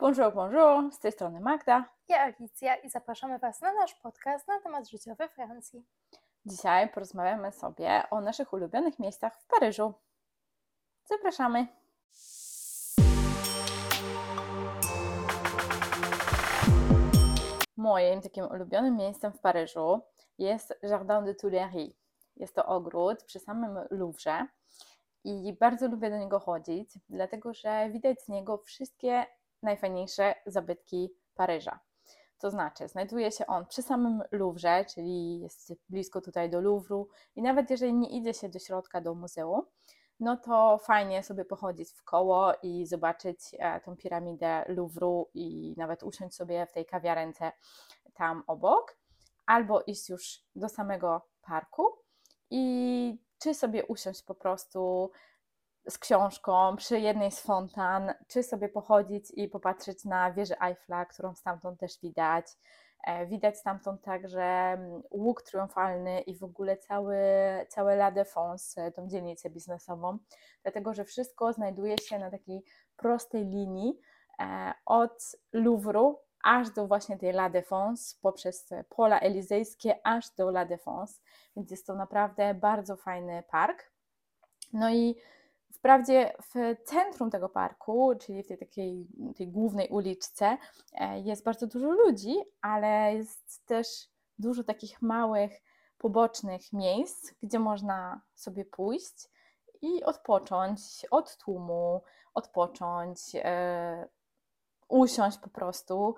Bonjour, bonjour, z tej strony Magda. Ja Alicja i zapraszamy Was na nasz podcast na temat życia we Francji. Dzisiaj porozmawiamy sobie o naszych ulubionych miejscach w Paryżu. Zapraszamy. Moim takim ulubionym miejscem w Paryżu jest Jardin de Tuileries. Jest to ogród przy samym Louvre i bardzo lubię do niego chodzić, dlatego że widać z niego wszystkie najfajniejsze zabytki Paryża. To znaczy, znajduje się on przy samym Louvre, czyli jest blisko tutaj do Louvru i nawet jeżeli nie idzie się do środka, do muzeum, no to fajnie sobie pochodzić w koło i zobaczyć tą piramidę Louvru i nawet usiąść sobie w tej kawiarence tam obok, albo iść już do samego parku i czy sobie usiąść po prostu z książką przy jednej z fontan, czy sobie pochodzić i popatrzeć na wieżę Eiffla, którą stamtąd też widać. Widać stamtąd także łuk triumfalny i w ogóle całe La Défense, tą dzielnicę biznesową, dlatego że wszystko znajduje się na takiej prostej linii od Louvru aż do właśnie tej La Défense, poprzez pola elizejskie aż do La Défense, więc jest to naprawdę bardzo fajny park. No i wprawdzie w centrum tego parku, czyli w tej głównej uliczce, jest bardzo dużo ludzi, ale jest też dużo takich małych, pobocznych miejsc, gdzie można sobie pójść i odpocząć od tłumu, odpocząć, usiąść po prostu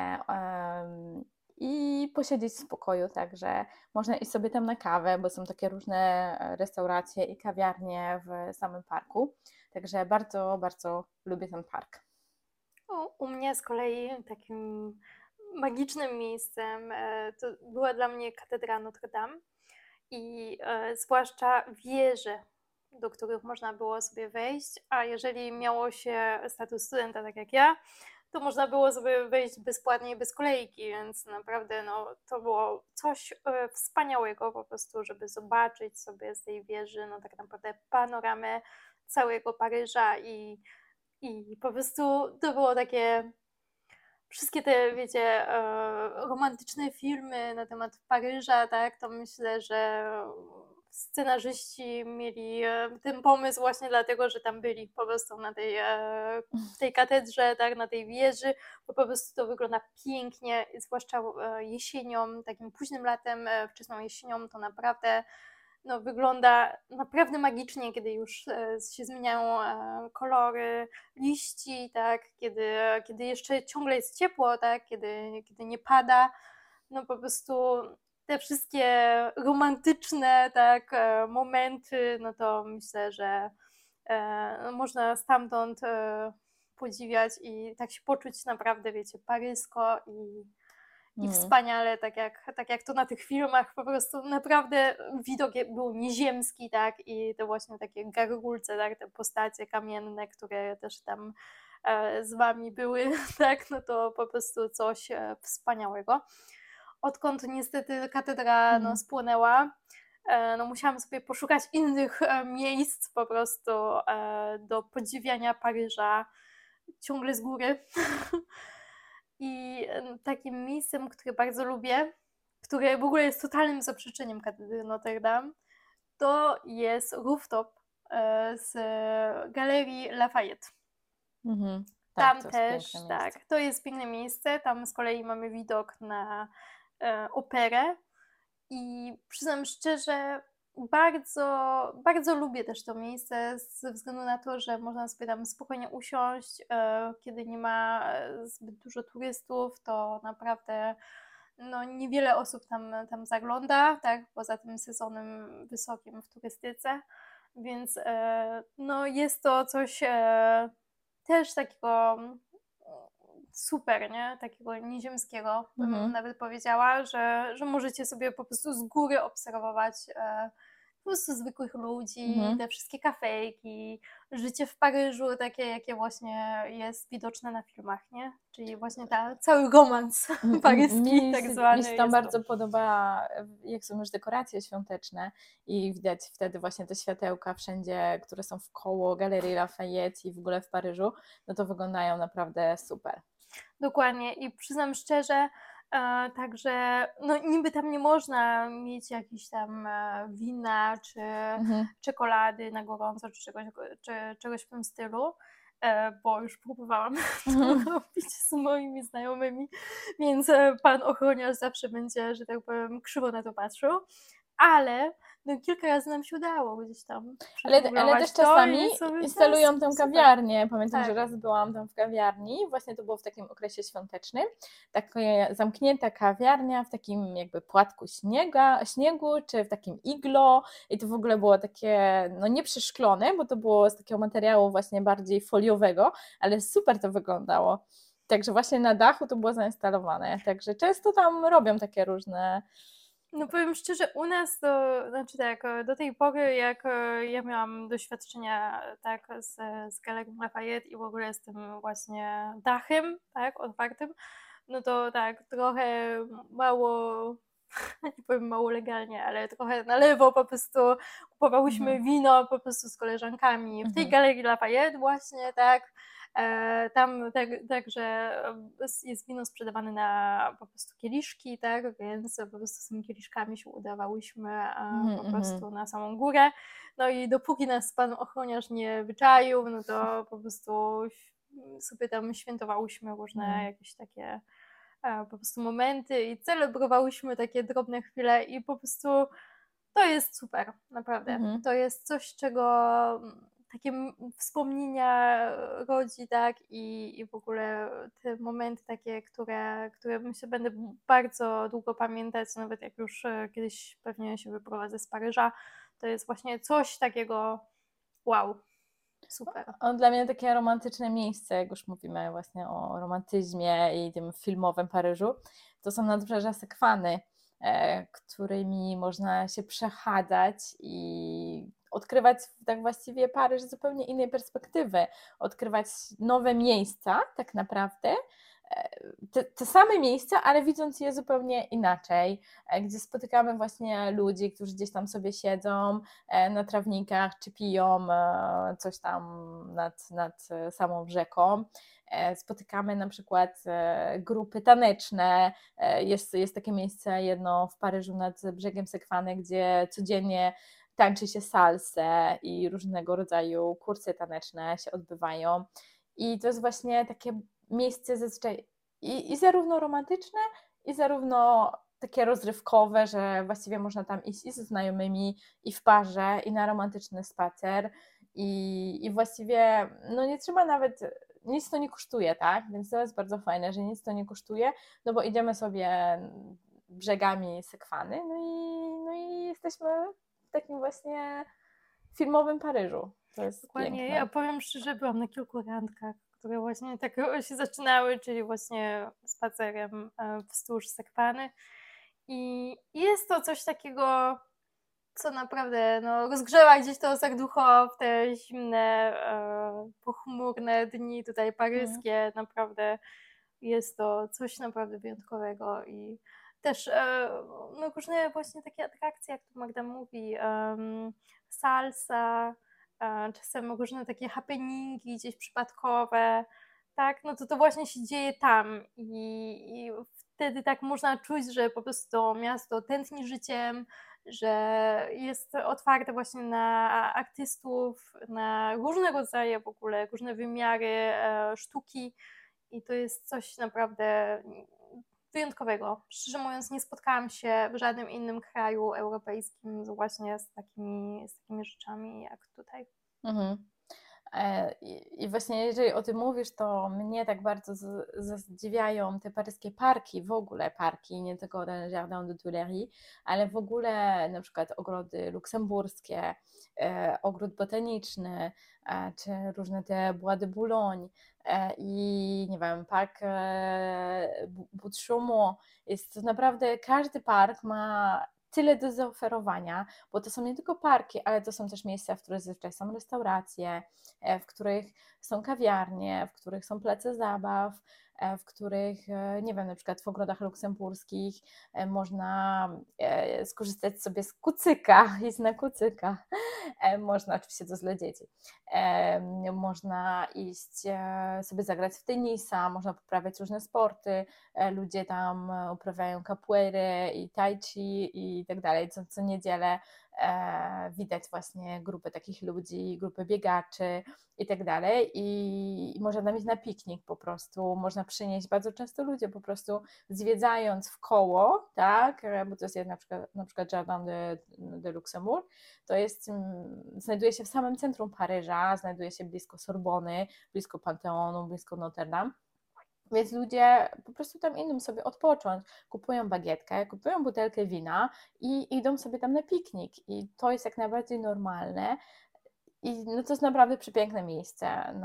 i posiedzieć w spokoju, także można iść sobie tam na kawę, bo są takie różne restauracje i kawiarnie w samym parku, także bardzo, bardzo lubię ten park. U mnie z kolei takim magicznym miejscem to była dla mnie katedra Notre Dame i zwłaszcza wieże, do których można było sobie wejść, a jeżeli miało się status studenta, tak jak ja, to można było sobie wejść bezpłatnie i bez kolejki, więc naprawdę to było coś wspaniałego po prostu, żeby zobaczyć sobie z tej wieży tak naprawdę panoramę całego Paryża i po prostu to było takie wszystkie te, wiecie, romantyczne filmy na temat Paryża, tak, to myślę, że scenarzyści mieli ten pomysł właśnie dlatego, że tam byli po prostu w tej katedrze, tak, na tej wieży, bo po prostu to wygląda pięknie, zwłaszcza jesienią, takim późnym latem, wczesną jesienią, to naprawdę wygląda naprawdę magicznie, kiedy już się zmieniają kolory liści, tak, kiedy jeszcze ciągle jest ciepło, tak, kiedy nie pada, po prostu te wszystkie romantyczne, tak, momenty, to myślę, że można stamtąd podziwiać i tak się poczuć naprawdę, wiecie, parysko i wspaniale, tak jak to na tych filmach, po prostu naprawdę widok był nieziemski, tak, i to właśnie takie gargulce, tak, te postacie kamienne, które też tam z wami były, tak, to po prostu coś wspaniałego. Odkąd niestety katedra spłonęła, musiałam sobie poszukać innych miejsc po prostu do podziwiania Paryża ciągle z góry. I takim miejscem, które bardzo lubię, które w ogóle jest totalnym zaprzeczeniem katedry Notre Dame, to jest rooftop z Galerii Lafayette. Tak, Tam to jest też, piękne miejsce. tak, to jest piękne miejsce. Tam z kolei mamy widok na operę i przyznam szczerze, bardzo, bardzo lubię też to miejsce ze względu na to, że można sobie tam spokojnie usiąść, kiedy nie ma zbyt dużo turystów, to naprawdę niewiele osób tam zagląda, tak, poza tym sezonem wysokim w turystyce, więc jest to coś też takiego super, nie? Takiego nieziemskiego, bym nawet powiedziała, że możecie sobie po prostu z góry obserwować po prostu zwykłych ludzi, te wszystkie kafejki, życie w Paryżu, takie jakie właśnie jest widoczne na filmach, nie? Czyli właśnie cały romans paryski tak zwany. Mi się tam bardzo podoba, jak są już dekoracje świąteczne i widać wtedy właśnie te światełka wszędzie, które są wkoło Galerii Lafayette i w ogóle w Paryżu, no to wyglądają naprawdę super. Dokładnie i przyznam szczerze, także no niby tam nie można mieć jakichś tam, wina czy Mhm. czekolady na gorąco czy czegoś w tym stylu, bo już próbowałam to Mhm. robić z moimi znajomymi, więc, pan ochroniarz zawsze będzie, że tak powiem, krzywo na to patrzył, ale no kilka razy nam się udało gdzieś tam Ale też przeżonglować to czasami i sobie no instalują tę super. kawiarnię. Pamiętam, że Tak. raz byłam tam w kawiarni, właśnie to było w takim okresie świątecznym. Taka zamknięta kawiarnia w takim jakby płatku śniegu, czy w takim iglo. I to w ogóle było takie, no nie przeszklone, bo to było z takiego materiału właśnie bardziej foliowego, ale super to wyglądało. Także właśnie na dachu to było zainstalowane. Także często tam robią takie różne. No powiem szczerze, u nas to znaczy tak, do tej pory jak, ja miałam doświadczenia, tak, z Galerią Lafayette i w ogóle z tym właśnie dachem, tak, otwartym, no to tak, trochę mało, nie powiem mało legalnie, ale trochę na lewo po prostu kupowałyśmy Mhm, wino po prostu z koleżankami w tej mhm, Galerii Lafayette właśnie, tak. Tam także jest wino sprzedawane na po prostu kieliszki, tak, więc po prostu z tymi kieliszkami się udawałyśmy mhm, po mhm, prostu na samą górę. No i dopóki nas pan ochroniarz nie wyczaił, no to po prostu sobie tam świętowałyśmy różne mhm, jakieś takie po prostu momenty i celebrowałyśmy takie drobne chwile i po prostu to jest super, naprawdę. mhm. To jest coś, czego takie wspomnienia rodzi, tak, i w ogóle te momenty takie, które myślę będę bardzo długo pamiętać, nawet jak już kiedyś pewnie się wyprowadzę z Paryża, to jest właśnie coś takiego wow, super. Dla mnie takie romantyczne miejsce, jak już mówimy właśnie o romantyzmie i tym filmowym Paryżu, to są nadbrzeża Sekwany, którymi można się przechadzać i odkrywać tak właściwie Paryż z zupełnie innej perspektywy, odkrywać nowe miejsca tak naprawdę, te same miejsca, ale widząc je zupełnie inaczej, gdzie spotykamy właśnie ludzi, którzy gdzieś tam sobie siedzą na trawnikach, czy piją coś tam nad samą rzeką. Spotykamy na przykład grupy taneczne. Jest takie miejsce jedno w Paryżu nad brzegiem Sekwany, gdzie codziennie tańczy się salsę i różnego rodzaju kursy taneczne się odbywają. I to jest właśnie takie miejsce zazwyczaj i zarówno romantyczne, i zarówno takie rozrywkowe, że właściwie można tam iść i ze znajomymi, i w parze, i na romantyczny spacer. I właściwie no nie trzeba nawet, nic to nie kosztuje, tak? Więc to jest bardzo fajne, że nic to nie kosztuje, no bo idziemy sobie brzegami Sekwany, no i jesteśmy w takim właśnie filmowym Paryżu. To jest Dokładnie. Ja piękne. powiem szczerze, byłam na kilku randkach, które właśnie tak się zaczynały, czyli właśnie spacerem wzdłuż Sekwany. I jest to coś takiego, co naprawdę no, rozgrzewa gdzieś to serducho w te zimne, pochmurne dni tutaj Mm. paryskie. Naprawdę jest to coś naprawdę wyjątkowego i też no, różne właśnie takie atrakcje, jak tu Magda mówi, salsa, czasem różne takie happeningi gdzieś przypadkowe, tak, no to właśnie się dzieje tam i wtedy tak można czuć, że po prostu to miasto tętni życiem, że jest otwarte właśnie na artystów, na różne rodzaje w ogóle, różne wymiary sztuki i to jest coś naprawdę wyjątkowego. Szczerze mówiąc, nie spotkałam się w żadnym innym kraju europejskim właśnie z takimi rzeczami jak tutaj. Mhm. I właśnie jeżeli o tym mówisz, to mnie tak bardzo zadziwiają te paryskie parki, w ogóle parki, nie tylko ten Jardin de Tuileries, ale w ogóle na przykład ogrody luksemburskie, ogród botaniczny, czy różne te Bois de Boulogne i nie wiem, park Buttes-Chaumont. Jest to naprawdę, każdy park ma tyle do zaoferowania, bo to są nie tylko parki, ale to są też miejsca, w których zazwyczaj są restauracje, w których są kawiarnie, w których są place zabaw. w których, nie wiem, na przykład w ogrodach luksemburskich można skorzystać sobie z kucyka, iść na kucyka. Można, oczywiście to jest dla dzieci, można iść sobie zagrać w tenisa, można poprawiać różne sporty, ludzie tam uprawiają capoeirę i tai chi i tak dalej, co niedzielę widać właśnie grupy takich ludzi, grupy biegaczy i tak dalej i można tam iść na piknik po prostu, można przynieść, bardzo często ludzie po prostu zwiedzając w koło, tak, bo to jest na przykład Jardin de Luxembourg, to jest, znajduje się w samym centrum Paryża, znajduje się blisko Sorbony, blisko Panteonu, blisko Notre Dame. Więc ludzie po prostu tam idą sobie odpocząć, kupują bagietkę, kupują butelkę wina i idą sobie tam na piknik. I to jest jak najbardziej normalne. I no to jest naprawdę przepiękne miejsce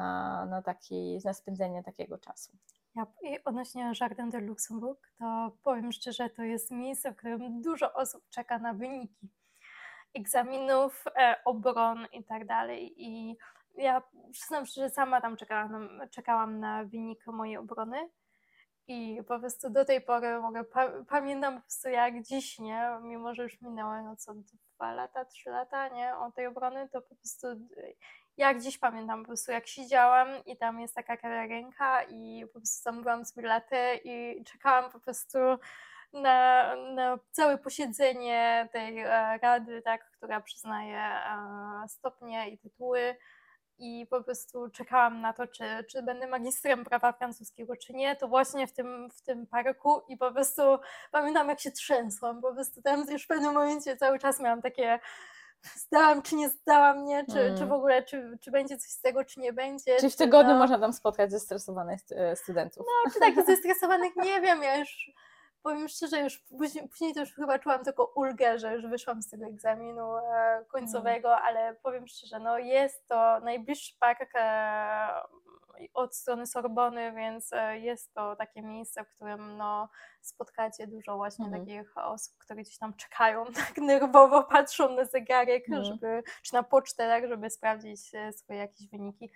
na spędzenie takiego czasu. I odnośnie Jardin de Luxembourg, to powiem szczerze, to jest miejsce, w którym dużo osób czeka na wyniki egzaminów, obron i tak dalej. I ja przyznam szczerze, sama tam czekałam na wynik mojej obrony. I po prostu do tej pory pamiętam po prostu jak dziś, nie? Mimo że już minęły 2 lata, 3 lata, nie? Od tej obrony, to po prostu jak dziś pamiętam po prostu jak siedziałam i tam jest taka kawiarenka i po prostu zamówiłam sobie latte i czekałam po prostu na całe posiedzenie tej rady, tak, która przyznaje stopnie i tytuły. I po prostu czekałam na to, czy będę magistrem prawa francuskiego, czy nie, to właśnie w tym parku i po prostu pamiętam, jak się trzęsłam, po prostu tam już w pewnym momencie cały czas miałam takie zdałam, czy nie zdałam, nie, czy w ogóle, czy będzie coś z tego, czy nie będzie. Czyli w tygodniu można tam spotkać zestresowanych studentów. No, czy takich zestresowanych, nie wiem, ja już powiem szczerze, już później to już chyba czułam tylko ulgę, że już wyszłam z tego egzaminu końcowego, ale powiem szczerze, no jest to najbliższy park od strony Sorbony, więc jest to takie miejsce, w którym no, spotkacie dużo właśnie takich osób, które gdzieś tam czekają, tak nerwowo patrzą na zegarek, czy na pocztę, tak, żeby sprawdzić swoje jakieś wyniki.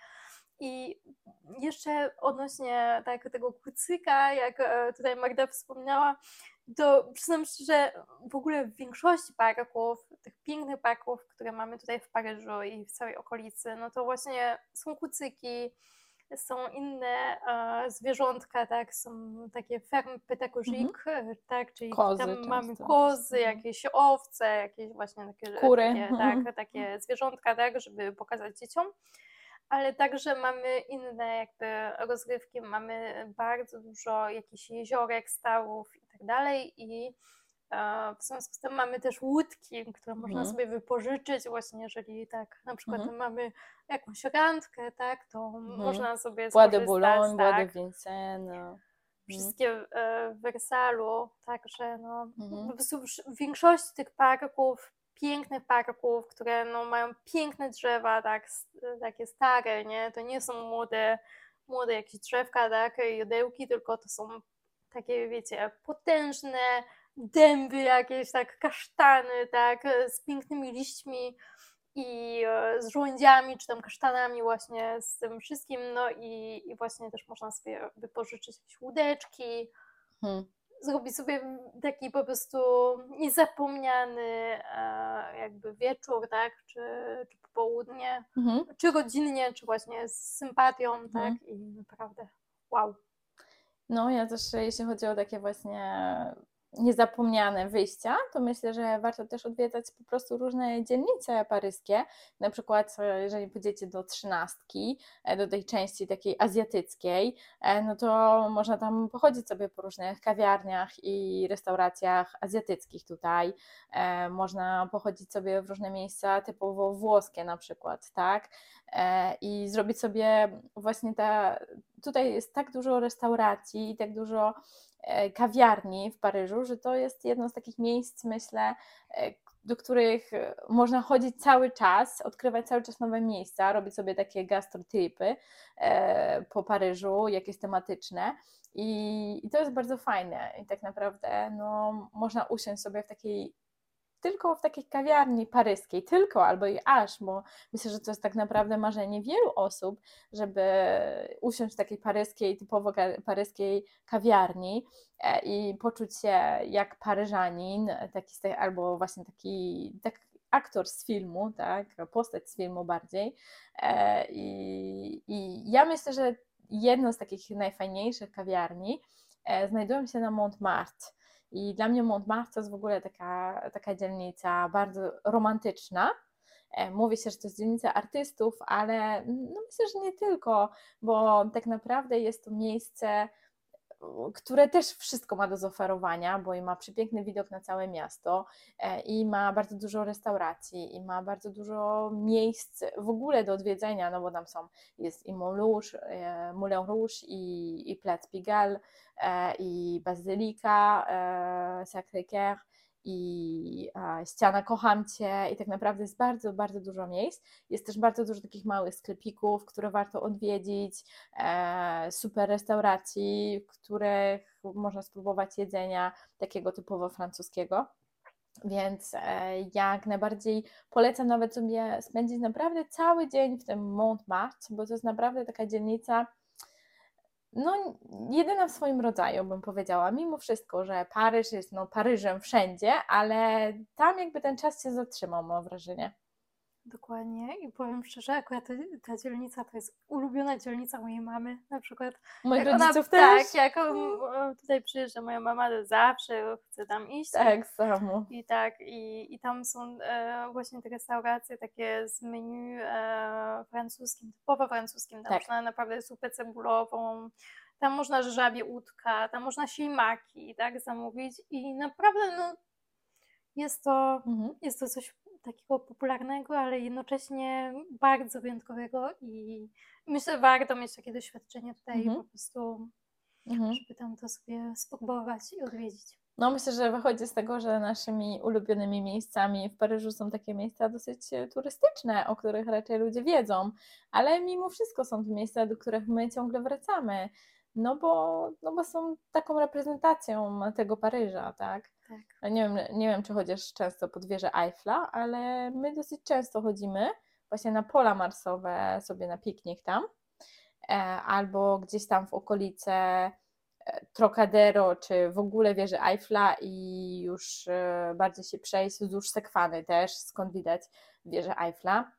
I jeszcze odnośnie tego kucyka, jak tutaj Magda wspomniała, to przyznam szczerze, że w ogóle w większości parków, tych pięknych parków, które mamy tutaj w Paryżu i w całej okolicy, no to właśnie są kucyki, są inne zwierzątka, tak, są takie fermy pédagogiques, tak, czyli Kozy tam mamy często. kozy, jakieś owce, jakieś właśnie Kury. takie zwierzątka, tak, żeby pokazać dzieciom. Ale także mamy inne jakby rozrywki, mamy bardzo dużo jakichś jeziorek, stawów i tak dalej i w związku z tym mamy też łódki, które można sobie wypożyczyć właśnie, jeżeli tak na przykład mamy jakąś randkę, tak, to można sobie Bois de skorzystać, Boulogne, Bois de Vincennes. wszystkie w Wersalu, także no, po prostu w większości tych parków, pięknych parków, które no, mają piękne drzewa, tak, takie stare, nie, to nie są młode jakieś drzewka, tak, jodełki, tylko to są takie, wiecie, potężne dęby jakieś, tak, kasztany, tak, z pięknymi liśćmi i z żołędziami, czy tam kasztanami właśnie, z tym wszystkim, no i właśnie też można sobie wypożyczyć jakieś łódeczki, zrobić sobie taki po prostu niezapomniany jakby wieczór, tak, czy popołudnie, czy rodzinnie, czy właśnie z sympatią, tak, i naprawdę wow. No ja też, jeśli chodzi o takie właśnie niezapomniane wyjścia, to myślę, że warto też odwiedzać po prostu różne dzielnice paryskie. Na przykład jeżeli pójdziecie do Trzynastki, do tej części takiej azjatyckiej, no to można tam pochodzić sobie po różnych kawiarniach i restauracjach azjatyckich tutaj. Można pochodzić sobie w różne miejsca typowo włoskie na przykład, tak? I zrobić sobie właśnie tutaj jest tak dużo restauracji i tak dużo kawiarni w Paryżu, że to jest jedno z takich miejsc, myślę, do których można chodzić cały czas, odkrywać cały czas nowe miejsca, robić sobie takie gastrotripy po Paryżu, jakieś tematyczne. I to jest bardzo fajne i tak naprawdę no, można usiąść sobie w takiej tylko w takiej kawiarni paryskiej, tylko albo i aż, bo myślę, że to jest tak naprawdę marzenie wielu osób, żeby usiąść w takiej paryskiej, typowo paryskiej kawiarni i poczuć się jak Paryżanin, albo właśnie taki aktor z filmu, tak, postać z filmu bardziej. I ja myślę, że jedną z takich najfajniejszych kawiarni znajdują się na Montmartre. I dla mnie Montmartre to jest w ogóle taka dzielnica bardzo romantyczna. Mówi się, że to jest dzielnica artystów, ale no myślę, że nie tylko, bo tak naprawdę jest to miejsce, które też wszystko ma do zaoferowania, bo i ma przepiękny widok na całe miasto i ma bardzo dużo restauracji i ma bardzo dużo miejsc w ogóle do odwiedzenia, no bo tam jest i Moulin Rouge i Place Pigalle i Bazylika Sacré-Cœur i ściana Kocham Cię i tak naprawdę jest bardzo, bardzo dużo miejsc. Jest też bardzo dużo takich małych sklepików, które warto odwiedzić, super restauracji, w których można spróbować jedzenia takiego typowo francuskiego. Więc jak najbardziej polecam nawet sobie spędzić naprawdę cały dzień w tym Montmartre, bo to jest naprawdę taka dzielnica, no jedyna w swoim rodzaju, bym powiedziała, mimo wszystko, że Paryż jest Paryżem wszędzie, ale tam jakby ten czas się zatrzymał, mam wrażenie. Dokładnie i powiem szczerze, akurat ta dzielnica to jest ulubiona dzielnica mojej mamy, na przykład Moich jak ona, rodziców też? tak, jak tutaj przyjeżdża moja mama, to zawsze chce tam iść Tak samo. i tak, i tam są właśnie te restauracje takie z menu francuskim, typowo francuskim, tam Tak. można naprawdę zupę cebulową, tam można żabie udka, tam można ślimaki, tak, zamówić i naprawdę jest to, jest to coś takiego popularnego, ale jednocześnie bardzo wyjątkowego i myślę, że warto mieć takie doświadczenie tutaj po prostu, żeby tam to sobie spróbować i odwiedzić. No myślę, że wychodzi z tego, że naszymi ulubionymi miejscami w Paryżu są takie miejsca dosyć turystyczne, o których raczej ludzie wiedzą, ale mimo wszystko są to miejsca, do których my ciągle wracamy, no bo są taką reprezentacją tego Paryża, tak? Tak. Nie wiem, czy chodzisz często pod wieżę Eiffla, ale my dosyć często chodzimy właśnie na pola marsowe sobie na piknik tam, albo gdzieś tam w okolice Trocadero, czy w ogóle wieży Eiffla i już bardziej się przejść wzdłuż Sekwany też, skąd widać wieżę Eiffla.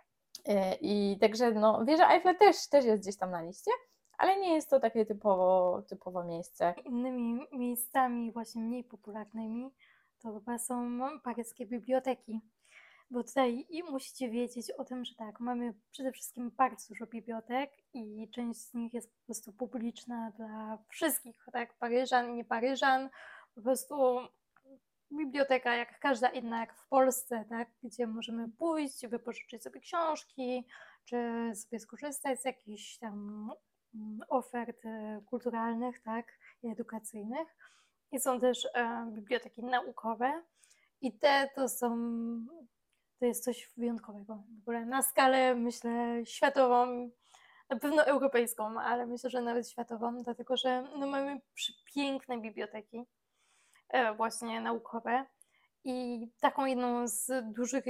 I także wieża Eiffla też jest gdzieś tam na liście, ale nie jest to takie typowo miejsce. Innymi miejscami właśnie mniej popularnymi to chyba są paryskie biblioteki. Bo tutaj i musicie wiedzieć o tym, że tak, mamy przede wszystkim bardzo dużo bibliotek i część z nich jest po prostu publiczna dla wszystkich, tak, Paryżan i nie Paryżan, po prostu biblioteka jak każda inna, jak w Polsce, tak, gdzie możemy pójść, wypożyczyć sobie książki, czy sobie skorzystać z jakichś tam ofert kulturalnych, tak, i edukacyjnych. I są też biblioteki naukowe i to jest coś wyjątkowego. W ogóle na skalę, myślę, światową, na pewno europejską, ale myślę, że nawet światową, dlatego że mamy przepiękne biblioteki właśnie naukowe i taką jedną z dużych,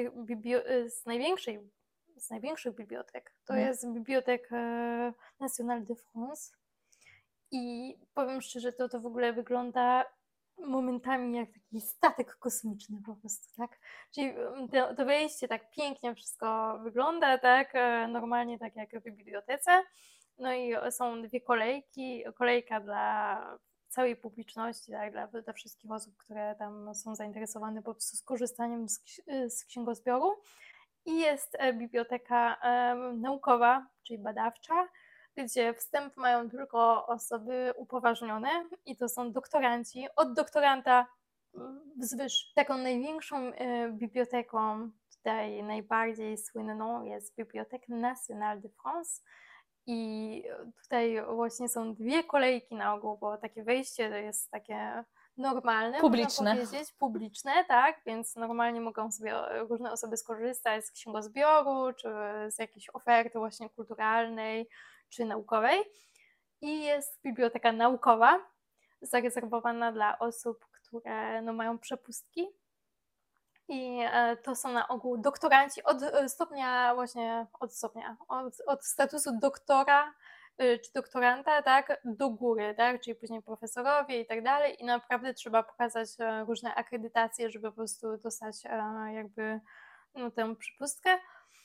z największych bibliotek to jest Biblioteka Nationale de France i powiem szczerze, to w ogóle wygląda momentami jak taki statek kosmiczny po prostu, tak? Czyli to wejście tak pięknie wszystko wygląda, tak? Normalnie tak jak w bibliotece. No i są dwie kolejki. Kolejka dla całej publiczności, tak? Dla wszystkich osób, które tam są zainteresowane po prostu skorzystaniem z księgozbioru. I jest biblioteka naukowa, czyli badawcza, gdzie wstęp mają tylko osoby upoważnione i to są doktoranci. Od doktoranta wzwyż. Taką największą biblioteką, tutaj najbardziej słynną, jest Bibliothèque Nationale de France. I tutaj właśnie są dwie kolejki na ogół, bo takie wejście to jest takie normalne, Publiczne. można powiedzieć, publiczne, tak, więc normalnie mogą sobie różne osoby skorzystać z księgozbioru, czy z jakiejś oferty właśnie kulturalnej, czy naukowej. I jest biblioteka naukowa, zarezerwowana dla osób, które mają przepustki I to są na ogół doktoranci od stopnia właśnie, od statusu doktora czy doktoranta, tak, do góry, tak, czyli później profesorowie i tak dalej i naprawdę trzeba pokazać różne akredytacje, żeby po prostu dostać jakby no, tę przypustkę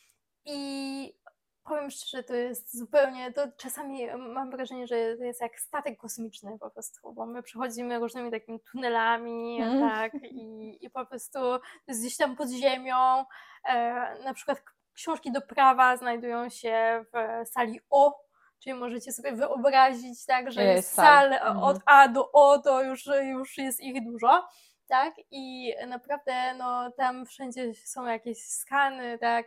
i powiem szczerze, to jest zupełnie, to czasami mam wrażenie, że to jest jak statek kosmiczny po prostu, bo my przechodzimy różnymi takimi tunelami, tak, i po prostu to jest gdzieś tam pod ziemią, na przykład książki do prawa znajdują się w sali O, czyli możecie sobie wyobrazić, tak, że Ile jest jest sal? sal od A do O, to już jest ich dużo. Tak, i naprawdę no, tam wszędzie są jakieś skany, tak,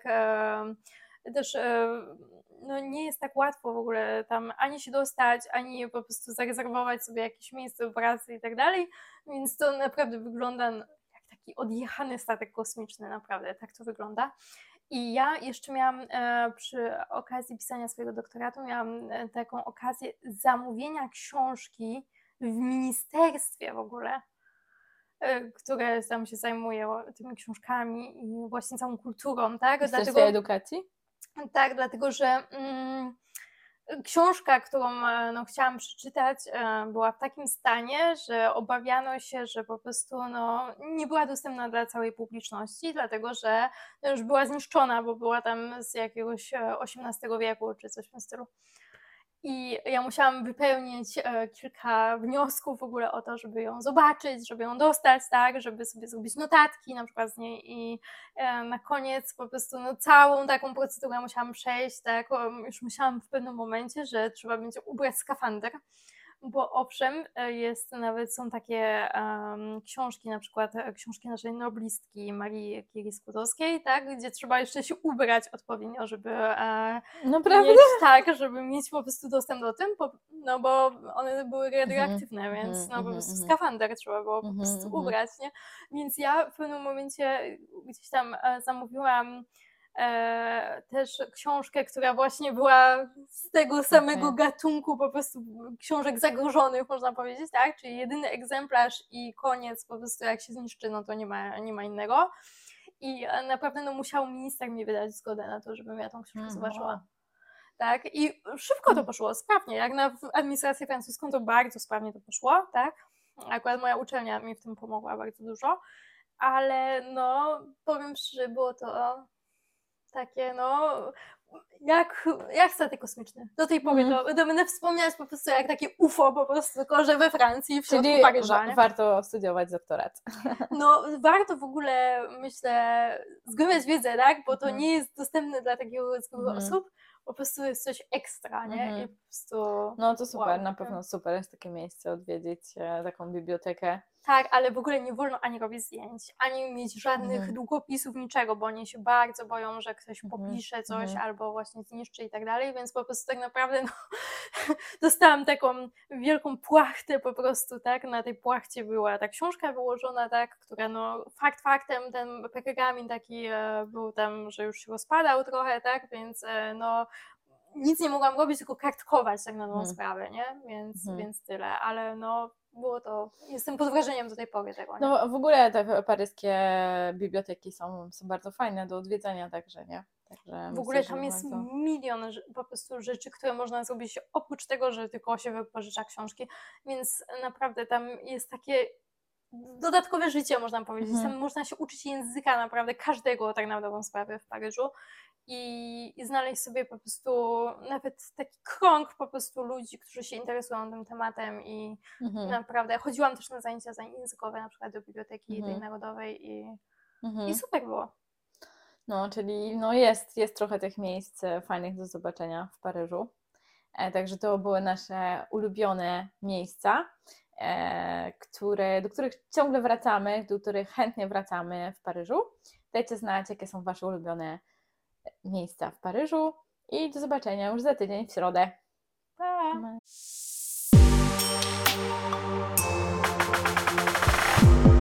też no, nie jest tak łatwo w ogóle tam ani się dostać, ani po prostu zarezerwować sobie jakieś miejsce pracy i tak dalej, więc to naprawdę wygląda jak taki odjechany statek kosmiczny, naprawdę, tak to wygląda. I ja jeszcze miałam przy okazji pisania swojego doktoratu, miałam taką okazję zamówienia książki w ministerstwie w ogóle, które tam się zajmuje tymi książkami i właśnie całą kulturą, tak? Ministerstwie Edukacji? Tak, dlatego że książka, którą no, chciałam przeczytać, była w takim stanie, że obawiano się, że po prostu no, nie była dostępna dla całej publiczności, dlatego że no, już była zniszczona, bo była tam z jakiegoś XVIII wieku czy coś w tym stylu. I ja musiałam wypełnić kilka wniosków w ogóle o to, żeby ją zobaczyć, żeby ją dostać, tak, żeby sobie zrobić notatki na przykład z niej i na koniec po prostu no, całą taką procedurę musiałam przejść, tak, już myślałam w pewnym momencie, że trzeba będzie ubrać skafander, bo owszem, są takie książki, na przykład książki naszej noblistki Marii Curie-Skłodowskiej, tak, gdzie trzeba jeszcze się ubrać odpowiednio, żeby Naprawdę? żeby mieć po prostu dostęp do tym, no bo one były radioaktywne, więc no po prostu skafander trzeba było po prostu ubrać, nie? Więc ja w pewnym momencie gdzieś tam zamówiłam też książkę, która właśnie była z tego samego gatunku po prostu książek zagrożonych, można powiedzieć, tak? Czyli jedyny egzemplarz i koniec, po prostu jak się zniszczy, no to nie ma innego. I naprawdę no, musiał minister mi wydać zgodę na to, żebym ja tą książkę zobaczyła. Tak? I szybko to poszło, sprawnie. Jak na administrację francuską, to bardzo sprawnie to poszło, tak? Akurat moja uczelnia mi w tym pomogła bardzo dużo, ale no, powiem szczerze, było to takie, no, jak statek kosmiczny. Do tej pory to będę wspominać po prostu jak takie UFO po prostu, tylko że we Francji, w środku Paryża. Warto studiować doktorat. No, warto w w myślę, zgłębiać wiedzę, tak? Bo to nie jest dostępne dla takiego zwykłych osób, po prostu jest coś ekstra, nie? I po prostu... No to super, na pewno super jest takie miejsce odwiedzić, taką bibliotekę. Tak, ale w ogóle nie wolno ani robić zdjęć, ani mieć żadnych długopisów, niczego, bo oni się bardzo boją, że ktoś popisze coś albo właśnie zniszczy i tak dalej, więc po prostu tak naprawdę no, dostałam taką wielką płachtę po prostu, tak, na tej płachcie była ta książka wyłożona, tak, która no faktem ten pergamin taki był tam, że już się rozpadał trochę, tak, więc no nic nie mogłam robić, tylko kartkować tak na tą sprawę, nie, więc tyle, ale no było to, jestem pod wrażeniem do tej pory tego. Nie? No w ogóle te paryskie biblioteki są bardzo fajne do odwiedzania także, nie? Także w ogóle tam jest milion po prostu rzeczy, które można zrobić oprócz tego, że tylko się wypożycza książki, więc naprawdę tam jest takie dodatkowe życie, można powiedzieć. Tam można się uczyć języka naprawdę każdego tak na dobrą sprawę w Paryżu i znaleźć sobie po prostu nawet taki krąg po prostu ludzi, którzy się interesują tym tematem i naprawdę chodziłam też na zajęcia językowe na przykład do biblioteki tej narodowej i super było. No, czyli no jest trochę tych miejsc fajnych do zobaczenia w Paryżu. Także to były nasze ulubione miejsca, do których ciągle wracamy, do których chętnie wracamy w Paryżu. Dajcie znać, jakie są Wasze ulubione miejsca w Paryżu i do zobaczenia już za tydzień w środę. Pa!